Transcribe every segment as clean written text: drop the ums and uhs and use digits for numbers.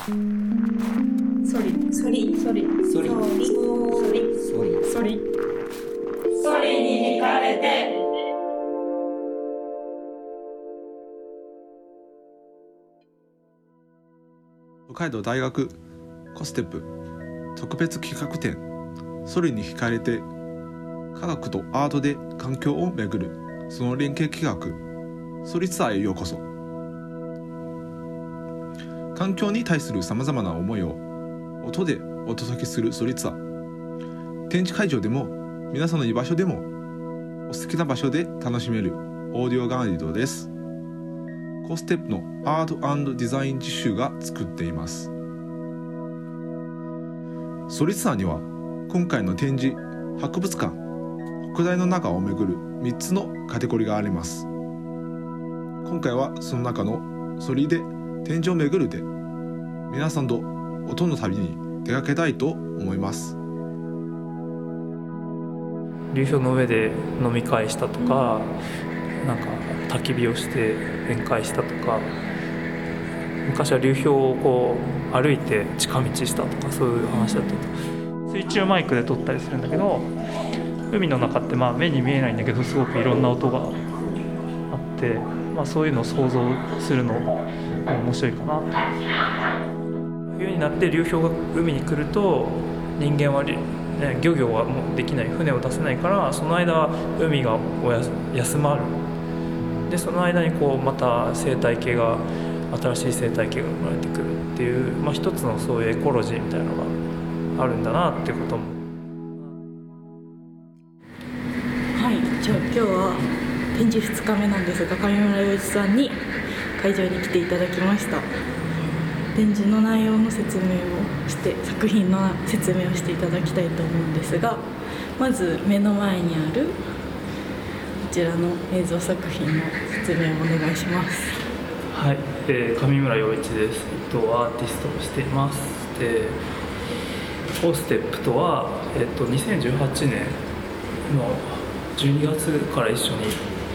ソリソリソリソリソリソリソリソリに惹かれて。 北海道大学コステップ特別企画展ソリに惹かれて科学とアートで環境をめぐるその連携企画ソリツアーへようこそ。環境に対するさまざまな思いを音でお届けするソリツアー。展示会場でも皆さんの居場所でもお好きな場所で楽しめるオーディオガイドです。コステップのアート&デザイン実習が作っています。ソリツアーには今回の展示博物館北大の中をめぐる3つのカテゴリーがあります。今回はその中のソリで展示をめぐるで皆さんと音の旅に出かけたいと思います。 流氷の上で飲み会したとか、なんか焚き火をして宴会したとか、昔は流氷をこう歩いて近道したとか、そういう話だったと。水中マイクで撮ったりするんだけど、海の中ってまあ目に見えないんだけどすごくいろんな音があって、そういうのを想像するのも面白いかな。冬になって流氷が海に来ると人間は漁業はもうできない、船を出せないから、その間海が休まる。でその間にこうまた生態系が新しい生態系が生まれてくるっていう、一つのそういうエコロジーみたいなのがあるんだなっていうことも。 はい、今日は展示2日目なんですが、上村洋一さんに会場に来ていただきました。展示の内容の説明をして、作品の説明をしていただきたいと思うんですが、まず目の前にあるこちらの映像作品の説明をお願いします。 はい、上村洋一です。アーティストをしています。コステップとは、2018年の12月から一緒に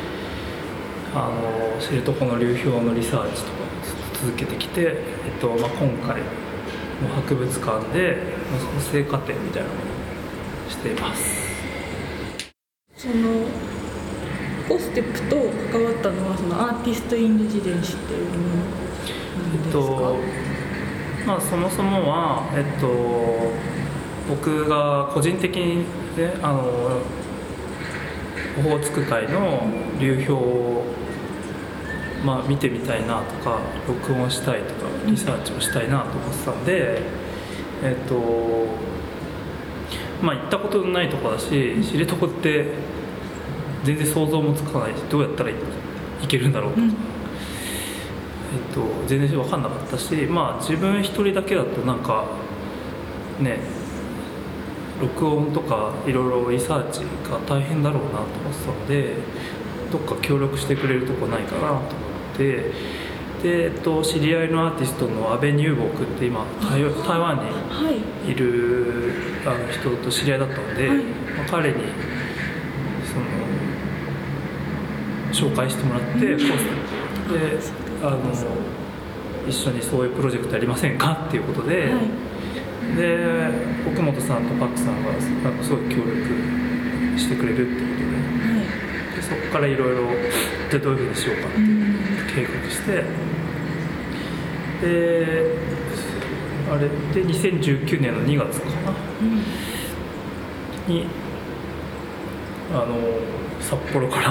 知床の流氷のリサーチとか続けてきて、今回の博物館で成果展みたいなのをしています。 そのコステップと関わったのはそのアーティスト・イン・レジデンシーっていうものなんですか？ そもそもは、僕が個人的に、ね、オホーツク海の流氷を、見てみたいなとか録音したいとかリサーチをしたいなと思ってたんで、行ったことのないとこだし、知床って全然想像もつかないし、どうやったらいけるんだろうとか、全然分かんなかったし、自分一人だけだとなんかね、録音とかいろいろリサーチが大変だろうなと思ってたので、どっか協力してくれるとこないかなと思って、で知り合いのアーティストの阿部入木って今台湾にいる人と知り合いだったので、彼に紹介してもらって、コースで一緒にそういうプロジェクトやりませんかっていうことで、で奥本さんとパックさんがすごい協力してくれるってことで、そこからいろいろじゃあどういうふうにしようかっていう計画して、であれで2019年の2月かな、に札幌から、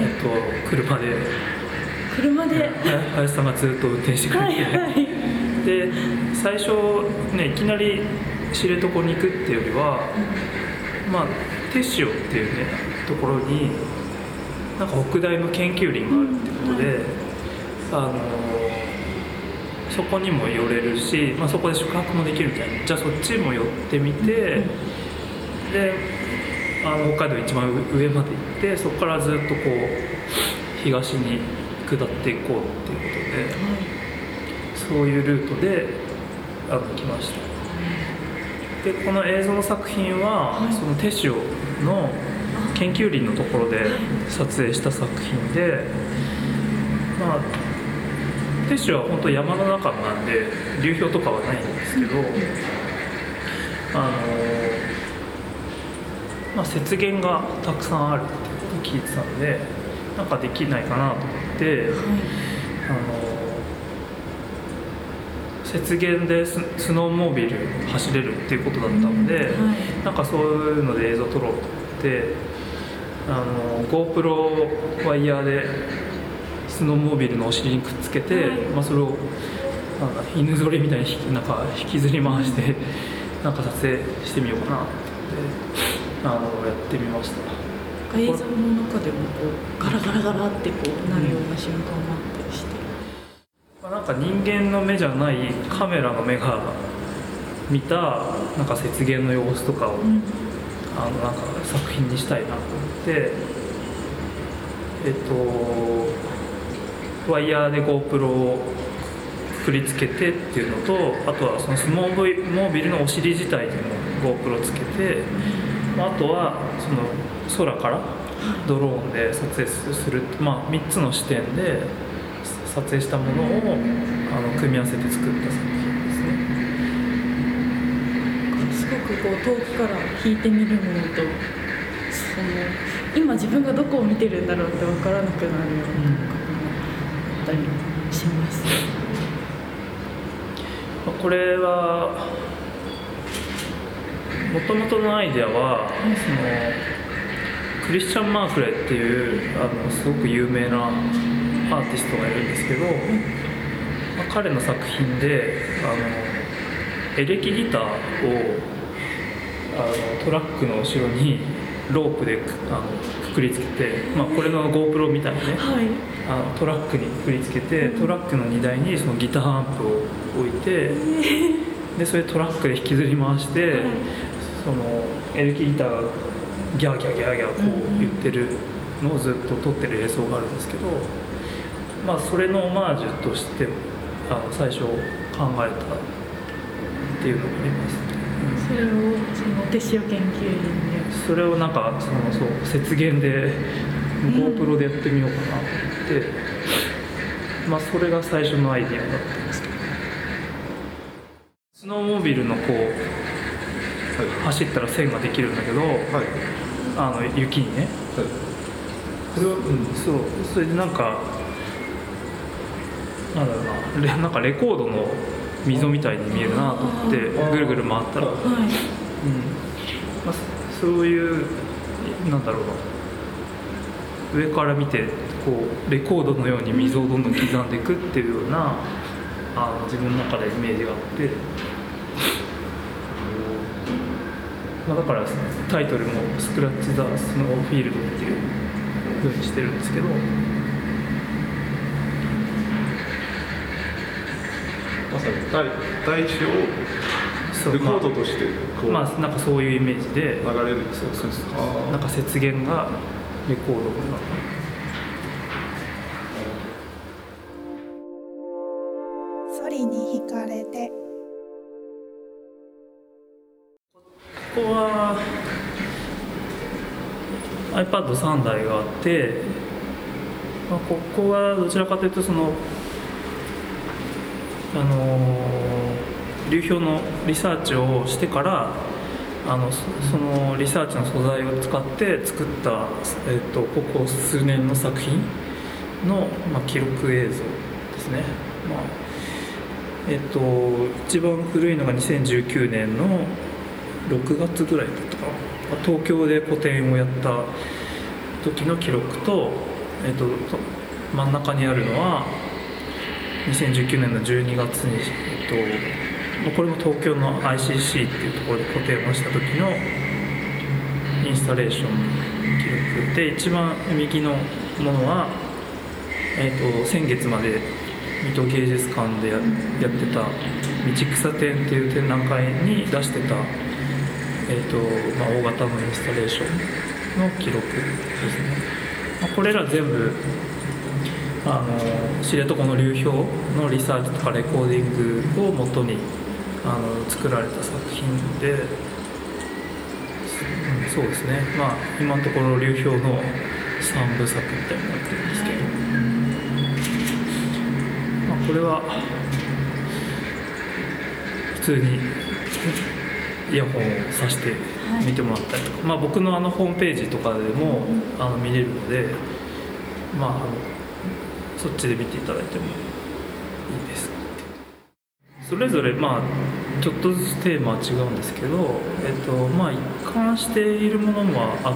車で林さんがずっと運転してくれて、で最初ね、いきなり知床に行くっていうよりは、手塩っていうねところになんか北大の研究林があるってことで、そこにも寄れるし、そこで宿泊もできるみたいな、じゃあそっちも寄ってみて、で北海道一番上まで行って、そこからずっとこう東に下っていこうっていうことで、そういうルートで来ました。でこの映像の作品は、その手塩の研究林のところで撮影した作品で、 テッシュは本当山の中なんで流氷とかはないんですけど、雪原がたくさんあるって聞いてたんで、なんかできないかなと思って、雪原でスノーモービル走れるっていうことだったので、なんかそういうので映像撮ろうと思って、GoPro ワイヤーでスノーモービルのお尻にくっつけて、それをなんか犬ぞりみたいになんか引きずり回してなんか撮影してみようかなってやってみました。 映像の中でもこうガラガラガラってこうなるような瞬間があったりして、 なんか人間の目じゃないカメラの目が見たなんか雪原の様子とかを、なんか作品にしたいなと思って、ワイヤーで GoPro をくくりつけてっていうのと、あとはそのスノーモービルのお尻自体にも GoPro つけて、あとはその空からドローンで撮影する、3つの視点で撮影したものを組み合わせて作った作品ですね。 すごくこう遠くから引いてみるものと、今自分がどこを見てるんだろうって分からなくなるようなこともあったりします。 これはもともとのアイデアは、そのクリスチャン・マークレーっていうすごく有名なアーティストがいるんですけど、彼の作品でエレキギターをトラックの後ろにロープでくくりつけて、これの GoPro みたいにね、トラックにくくりつけて、トラックの荷台にそのギターアンプを置いて、でそれトラックで引きずり回して、そのエレキギターがギャーギャーギャーギャーこう言ってるのをずっと撮ってる映像があるんですけど、それのオマージュとして最初考えたっていうのがありますね。 それをその手塩研究員でそれをなんかそう雪原で GoPro でやってみようかなと思って、それが最初のアイディアだったんですけど、スノーモービルのこう走ったら線ができるんだけど、雪にね、それを、それでなんかなんかレコードの溝みたいに見えるなと思って、ぐるぐる回ったら、そういう上から見てこうレコードのように溝をどんどん刻んでいくっていうような自分の中でイメージがあって、だからですね、タイトルも「スクラッチ・ザ・スノーフィールド」っていう風にしてるんですけど、 まさに大地をレコードとしてこう、 なんかそういうイメージで流れるんですよ。 なんか雪原がレコードになる。 ソリに惹かれて。 ここは iPad3 台があって、ここはどちらかというとその流氷のリサーチをしてからそのリサーチの素材を使って作った、ここ数年の作品の、記録映像ですね。一番古いのが2019年の6月ぐらいだったかな。東京で個展をやった時の記録と、真ん中にあるのは2019年の12月に、これも東京の ICC っていうところで個展をした時のインスタレーションの記録で、一番右のものは、先月まで水戸芸術館でやってた道草展っていう展覧会に出してた、大型のインスタレーションの記録ですね。これら全部知床の流氷のリサーチとかレコーディングを元に作られた作品で、そうですね、今のところ流氷の3部作みたいになってるんですけど、 これは普通にイヤホンを挿して見てもらったりとか、僕のホームページとかでも見れるので、そっちで見ていただいてもいいです。それぞれちょっとずつテーマは違うんですけど、一貫しているものもあって、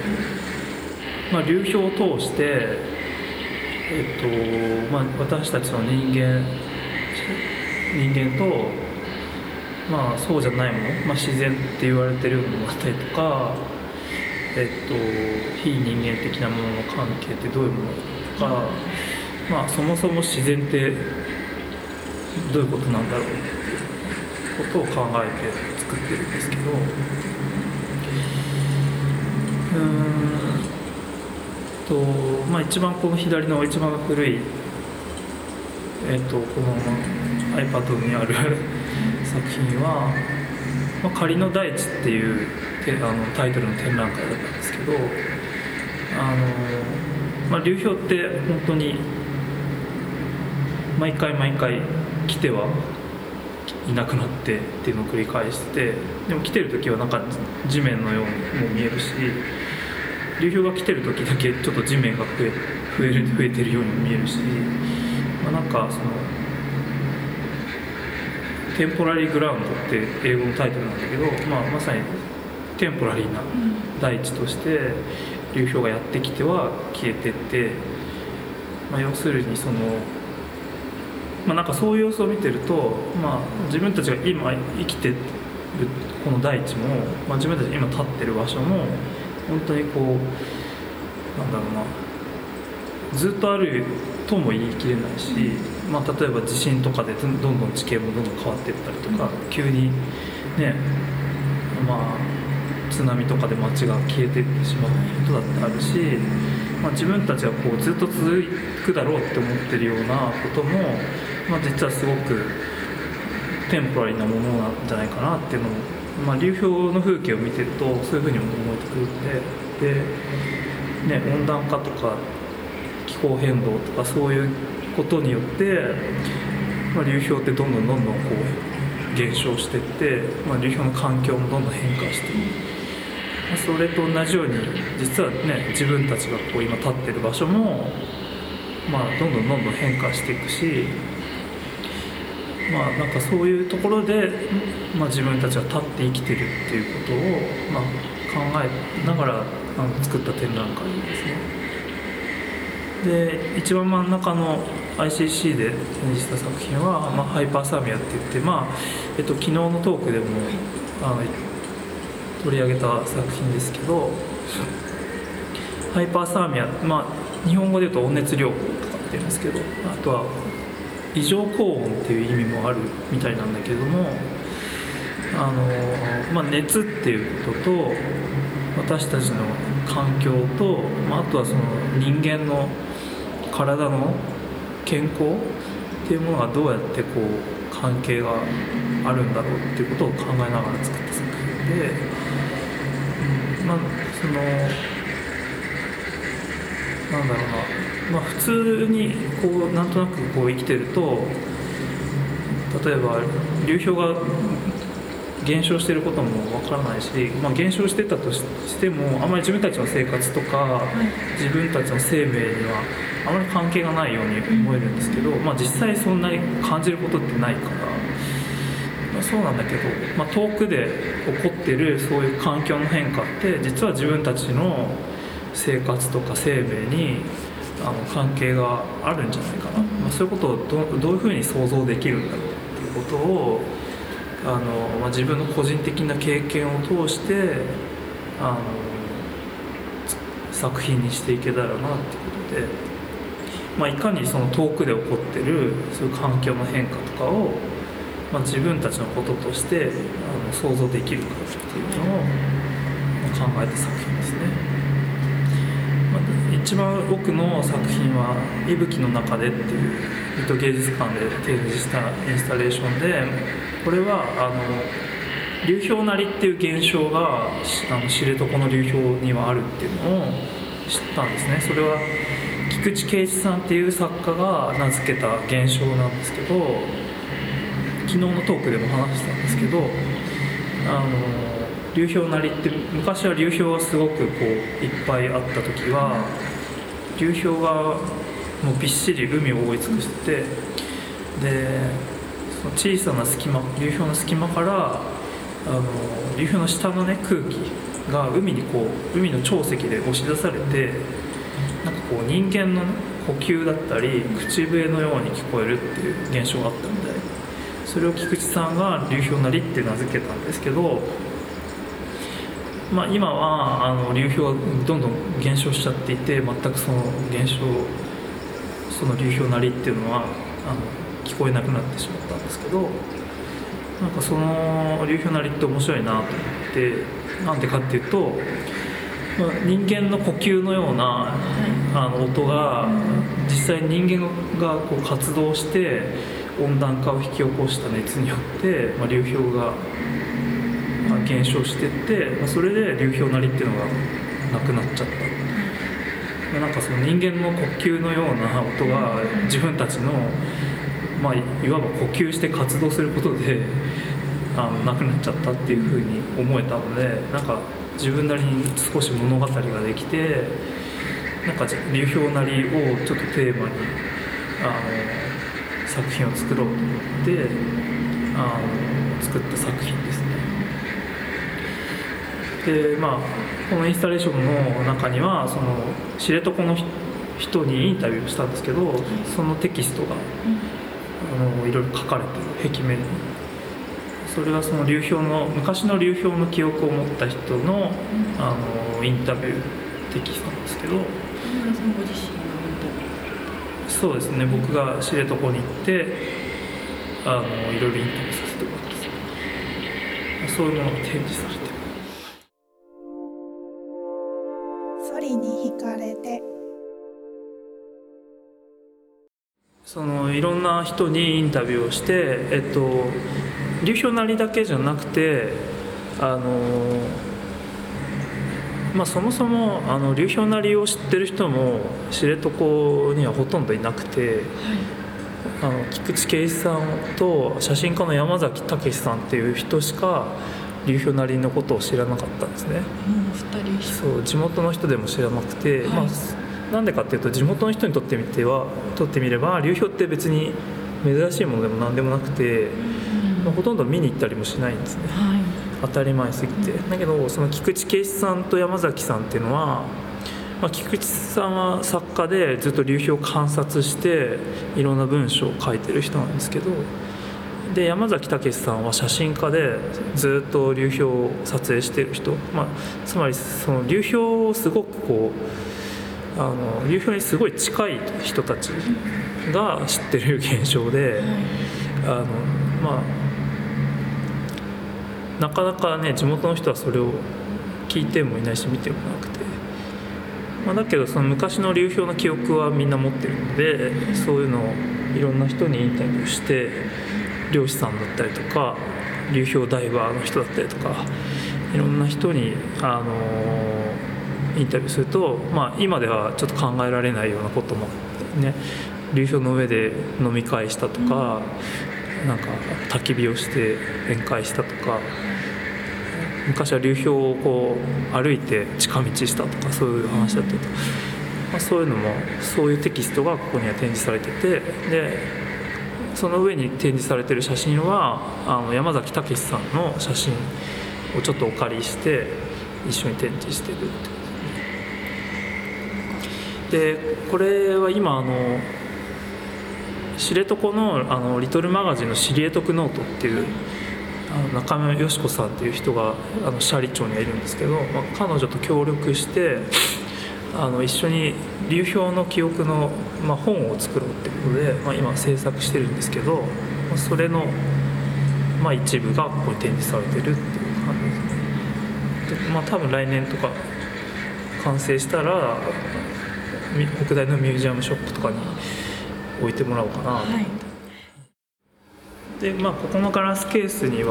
流氷を通して、私たちの人間と、そうじゃないもの、自然って言われてるようなものだったりとか、非人間的なものの関係ってどういうものとか、そもそも自然ってどういうことなんだろうっていうことを考えて作ってるんですけど、一番この左の一番古い、この iPad にある作品は「仮の大地」っていうタイトルの展覧会だったんですけど、流氷って本当に毎回来てはいなくなってっていうのを繰り返して、でも来てる時はなんか地面のようにも見えるし、流氷が来てる時だけちょっと地面が増えてるようにも見えるし、なんかそのテンポラリーグラウンドって英語のタイトルなんだけど、まさにテンポラリーな大地として流氷がやってきては消えてって、要するにその、なんかそういう様子を見てると、自分たちが今生きてるこの大地も、自分たちが今立ってる場所も本当にこうなんだろうな、ずっとあるとも言い切れないし、例えば地震とかでどんどん地形もどんどん変わっていったりとか、急にね、津波とかで街が消えていってしまうことだってあるし、自分たちはこうずっと続くだろうって思ってるようなことも、実はすごくテンポラリーなものなんじゃないかなっていうのも、流氷の風景を見てるとそういうふうに思えてくるんで、温暖化とか気候変動とかそういうことによって、流氷ってどんどんこう減少していって、流氷の環境もどんどん変化していく、それと同じように実はね、自分たちがこう今立ってる場所も、どんどん変化していくし、なんかそういうところで、自分たちが立って生きてるっていうことを、考えながら作った展覧会ですね。で、一番真ん中の ICC で展示した作品は、ハイパーサーミアって言って、昨日のトークでも取り上げた作品ですけど、ハイパーサーミア、日本語で言うと温熱療法とかって言うんですけど、あとは異常高温っていう意味もあるみたいなんだけれども、熱っていうことと私たちの環境と、あとはその人間の体の健康っていうものがどうやってこう関係があるんだろうっていうことを考えながら作った作品で、そのなんだろうな、普通にこうなんとなくこう生きてると、例えば流氷が減少していることもわからないし、減少してたとしてもあまり自分たちの生活とか自分たちの生命にはあまり関係がないように思えるんですけど、実際そんなに感じることってないから、そうなんだけど、遠くで起こってるそういう環境の変化って実は自分たちの生活とか生命に関係があるんじゃないかな、そういうことをどういうふうに想像できるんだろうっていうことを自分の個人的な経験を通して作品にしていけたらなっていうことで、いかにその遠くで起こってるそういう環境の変化とかを、自分たちのこととして想像できるかっていうのを考えた作品ですね。一番奥の作品は「息吹の中で」っていう水戸芸術館で展示したインスタレーションで、これは流氷鳴りっていう現象が知床の流氷にはあるっていうのを知ったんですね。それは気菊池圭一さんっていう作家が名付けた現象なんですけど、昨日のトークでも話したんですけど、流氷なりって昔は流氷がすごくこういっぱいあった時は流氷がもうびっしり海を覆い尽くしてて、でその小さな隙間、流氷の隙間から流氷の下のね空気が海にこう海の潮汐で押し出されて、なんかこう人間の、ね、呼吸だったり口笛のように聞こえるっていう現象があったみたいで、それを菊池さんが流氷なりって名付けたんですけど、今は流氷がどんどん減少しちゃっていて、全くその現象、その流氷なりっていうのは聞こえなくなってしまったんですけど、なんかその流氷なりって面白いなと思って、なんでかっていうと、人間の呼吸のような音が実際に人間がこう活動して温暖化を引き起こした熱によって、流氷が減少していって、それで流氷なりっていうのがなくなっちゃった。なんかその人間の呼吸のような音が自分たちの、いわば呼吸して活動することでなくなっちゃったっていうふうに思えたので、なんか自分なりに少し物語ができて、なんか流氷なりをちょっとテーマに作品を作ろうと思って作った作品ですね。でこのインスタレーションの中にはその知床の人にインタビューをしたんですけど、そのテキストがいろいろ書かれてる壁面に、それはその流氷の昔の流氷の記憶を持った人の、インタビューテキストなんですけど、 田村さんご自身のインタビュー。 そうですね、僕が知床に行っていろいろインタビューさせてもらって、そういうものが展示されてる。 ソリに惹かれて。 そのいろんな人にインタビューをして、流氷なりだけじゃなくてそもそも流氷なりを知ってる人も知床にはほとんどいなくて、菊池圭一さんと写真家の山崎武さんっていう人しか流氷なりのことを知らなかったんですね。 2人そう地元の人でも知らなくて、なんでかっていうと地元の人にとってみれば流氷って別に珍しいものでも何でもなくて、ほとんど見に行ったりもしないんですね、当たり前すぎて。だけどその菊池圭一さんと山崎さんっていうのは、菊池さんは作家でずっと流氷を観察していろんな文章を書いてる人なんですけど、で山崎武さんは写真家でずっと流氷を撮影してる人、つまりその流氷をすごくこう流氷にすごい近い人たちが知ってる現象で、なかなかね地元の人はそれを聞いてもいないし見てもなくて、だけどその昔の流氷の記憶はみんな持ってるので、そういうのをいろんな人にインタビューして、漁師さんだったりとか流氷ダイバーの人だったりとかいろんな人にインタビューすると、今ではちょっと考えられないようなこともね、流氷の上で飲み会したとか、なんか焚き火をして宴会したとか、昔は流氷をこう歩いて近道したとか、そういう話だったと、そういうのもそういうテキストがここには展示されてて、でその上に展示されてる写真は山崎武さんの写真をちょっとお借りして一緒に展示してるってことで、これは今知床のリトルマガジンの知床ノートっていう中村佳子さんっていう人が斜里町にはいるんですけど、彼女と協力して一緒に流氷の記憶の、本を作ろうってことで、今制作してるんですけど、それの、一部がここに展示されてるっていう感じですね。で多分来年とか完成したら北大のミュージアムショップとかに置いてもらおうかなと思って、でここのガラスケースに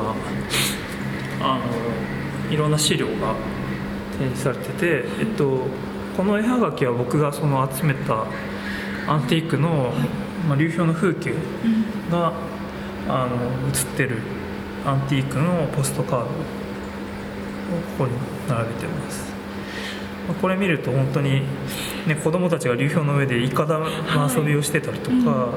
はいろんな資料が展示されてて、この絵はがきは僕がその集めたアンティークの、流氷の風景が、写ってるアンティークのポストカードをここに並べてます。これ見ると本当に、ね、子供たちが流氷の上でイカダの遊びをしてたりとか、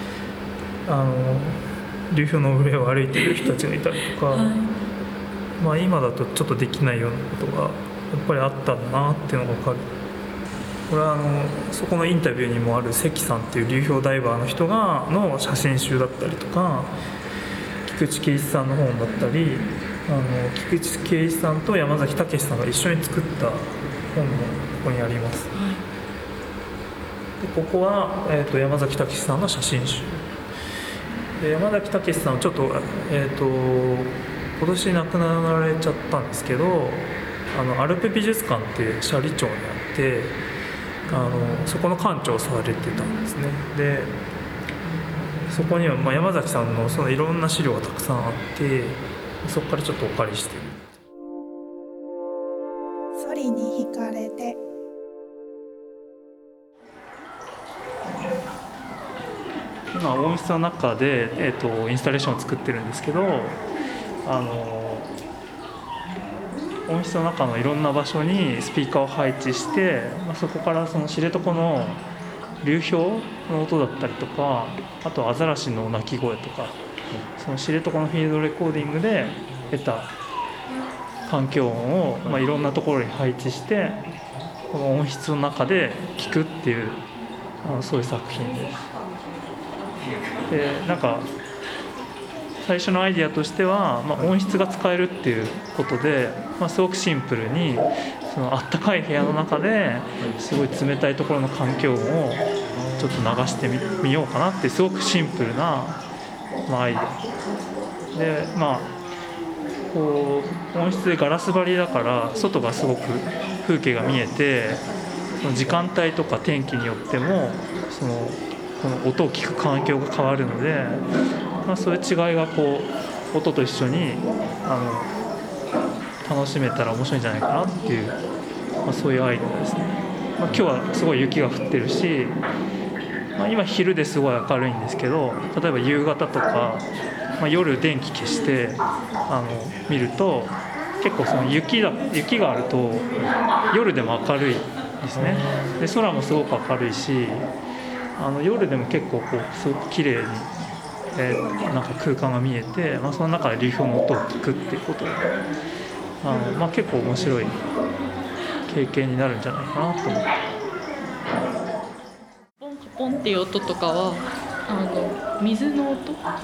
流氷の上を歩いてる人たちがいたりとか、今だとちょっとできないようなことがやっぱりあったんだなっていうのが分かる。これはそこのインタビューにもある関さんっていう流氷ダイバーの人の写真集だったりとか、菊池圭一さんの本だったり、菊池圭一さんと山崎武さんが一緒に作った本もここにあります。でここは、山崎武さんの写真集で、山崎武さんはちょっと、今年亡くなられちゃったんですけど、アルペ美術館って斜里町にあって、そこの館長をされてたんですね。でそこには、山崎さんのそのいろんな資料がたくさんあって、そこからちょっとお借りしてる。 ソリに惹かれて。 今温室の中で、インスタレーションを作ってるんですけど、温室の中のいろんな場所にスピーカーを配置して、そこからその知床の流氷の音だったりとか、あとアザラシの鳴き声とか、その知床のフィールドレコーディングで得た環境音を、いろんなところに配置して、この温室の中で聞くっていうそういう作品です。でなんか最初のアイデアとしては、温室が使えるっていうことで、すごくシンプルにそのあったかい部屋の中ですごい冷たいところの環境音をちょっと流してみようかなって、すごくシンプルな、アイデアで、こう温室でガラス張りだから外がすごく風景が見えて、その時間帯とか天気によってもこの音を聞く環境が変わるので、そういう違いがこう音と一緒に楽しめたら面白いんじゃないかなっていう、そういうアイデアですね。今日はすごい雪が降ってるし、今昼ですごい明るいんですけど、例えば夕方とか、夜電気消して見ると、結構その雪があると夜でも明るいですね。で空もすごく明るいし、夜でも結構こうすごく綺麗に、なんか空間が見えて、その中で流氷の音を聞くっていうことで、結構面白い経験になるんじゃないかなと思って。 ポンポンっていう音とかは水の音なんですか？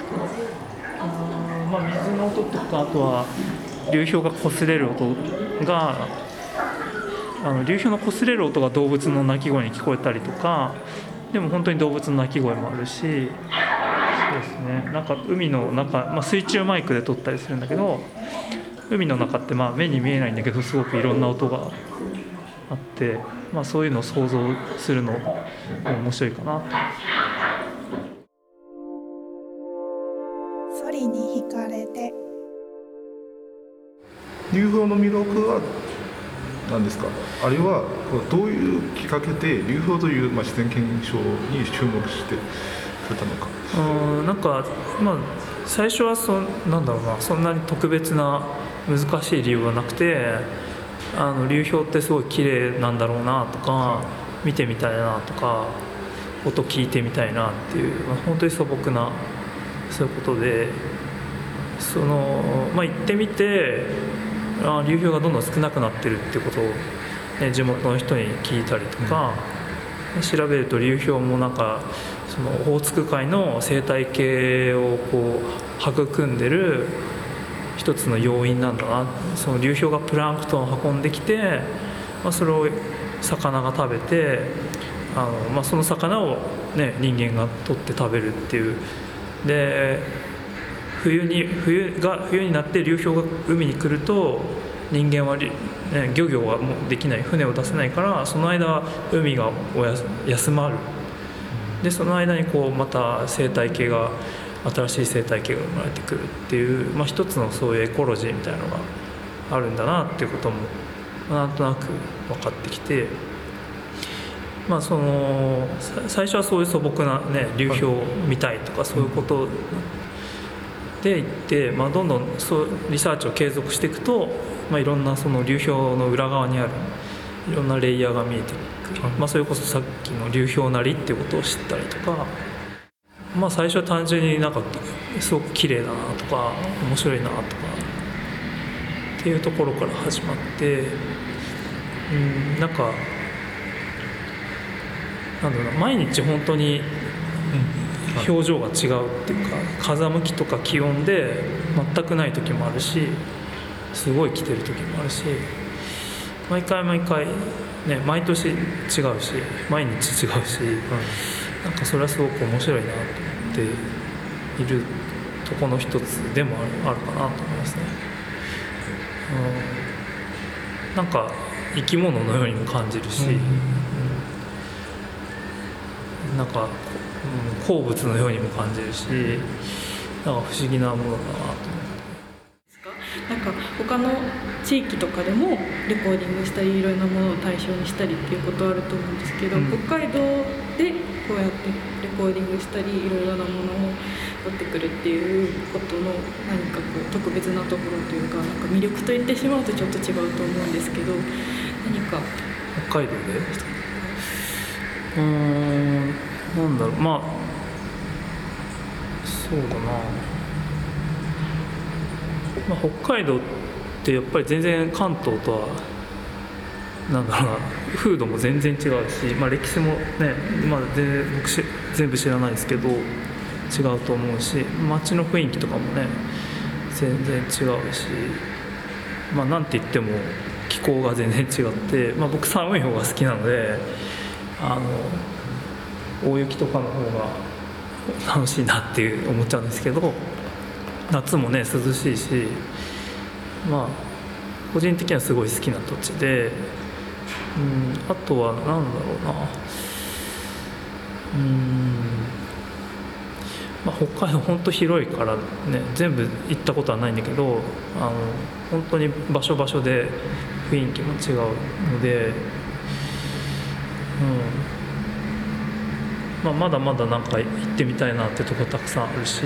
水の音とか、あとは流氷が擦れる音が、流氷の擦れる音が動物の鳴き声に聞こえたりとか、でも本当に動物の鳴き声もあるし、そうですね、なんか海の中、水中マイクで撮ったりするんだけど、海の中って目に見えないんだけどすごくいろんな音があって、そういうのを想像するのも面白いかなと。 ソリに惹かれて。 流氷の魅力は何ですか？あるいはどういうきっかけで流氷という自然現象に注目してされたのか。 なんか最初はなんだろうな、そんなに特別な難しい理由はなくて、流氷ってすごい綺麗なんだろうなとか、見てみたいなとか、音聞いてみたいなっていう、本当に素朴なそういうことで、行ってみて、流氷がどんどん少なくなってるっていうことを、地元の人に聞いたりとか、調べると流氷もなんかそのオホーツク海の生態系をこう育んでる一つの要因なんだな。その流氷がプランクトンを運んできて、それを魚が食べて、その魚を、人間が取って食べるっていう。で冬になって流氷が海に来ると、人間は、漁業がもうできない、船を出せないから、その間は海が休まる。でその間にまた新しい生態系が生まれてくるっていう、一つのそういうエコロジーみたいなのがあるんだなっていうこともなんとなく分かってきて、 その最初はそういう素朴な、ね、流氷を見たいとかそういうことで言って、どんどんそうリサーチを継続していくと、いろんなその流氷の裏側にあるいろんなレイヤーが見えてくる、それこそさっきの流氷なりっていうことを知ったりとか、最初は単純になんかすごく綺麗だなとか面白いなとかっていうところから始まって、なんかなんだろうな、毎日本当に表情が違うっていうか、風向きとか気温で全くない時もあるし、すごい来てる時もあるし、毎回毎回ね、毎年違うし毎日違うし、なんかそれはすごく面白いなと思っているとこの一つでもあるかなと思いますね。なんか生き物のようにも感じるし、なんか鉱物のようにも感じるし、なんか不思議なものだなと思って。 なんか他の地域とかでもレコーディングしたりいろんなものを対象にしたりっていうことはあると思うんですけど、北海道でこうやってレコーディングしたりいろいろなものを取ってくるっていうことの何かこう特別なところというか、なんか魅力と言ってしまうとちょっと違うと思うんですけど、何か北海道でなんだろう、そうだな、北海道ってやっぱり全然関東とはなんだろうな、風土も全然違うし、歴史もね、僕全部知らないですけど違うと思うし、街の雰囲気とかもね全然違うし、なんて言っても気候が全然違って、僕寒い方が好きなので大雪とかの方が楽しいなって思っちゃうんですけど、夏もね涼しいし、個人的にはすごい好きな土地で、あとはなんだろうな、北海道本当広いからね全部行ったことはないんだけど、本当に場所場所で雰囲気も違うので、まだまだなんか行ってみたいなってとこたくさんあるし、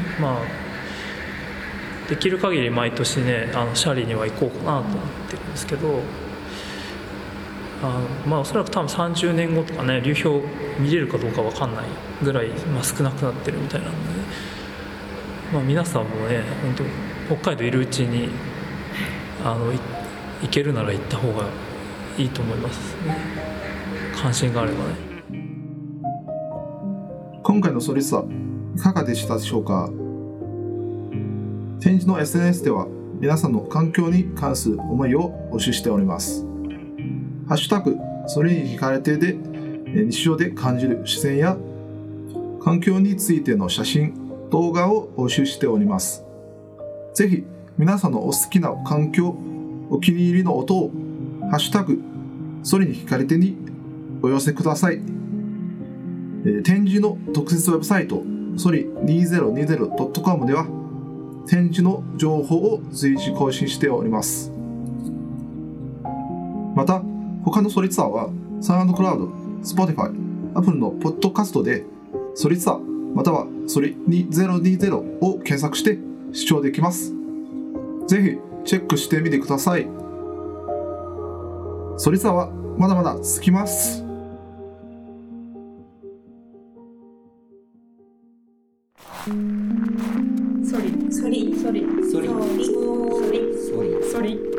できる限り毎年ねシャリには行こうかなと思ってるんですけど、おそらく多分30年後とかね流氷見れるかどうか分かんないぐらい、少なくなってるみたいなので、皆さんもね本当北海道いるうちに行けるなら行った方がいいと思いますね、関心があればね。 今回のソリツアーいかがでしたでしょうか。展示の SNS では皆さんの環境に関する思いを募集しております。ハッシュタグそれに惹かれてで日常で感じる視線や環境についての写真動画を募集しております。ぜひ皆さんのお好きな環境お気に入りの音をハッシュタグそれに惹かれてにお寄せください。展示の特設ウェブサイトソリ 2020.com では展示の情報を随時更新しております。また他のソリツアーはサウンドクラウド、Spotify、Apple のポッドキャストでソリツアーまたはソリ2020を検索して視聴できます。ぜひチェックしてみてください。ソリツアーはまだまだ続きます。 ソリソリソリソリソリソリソリ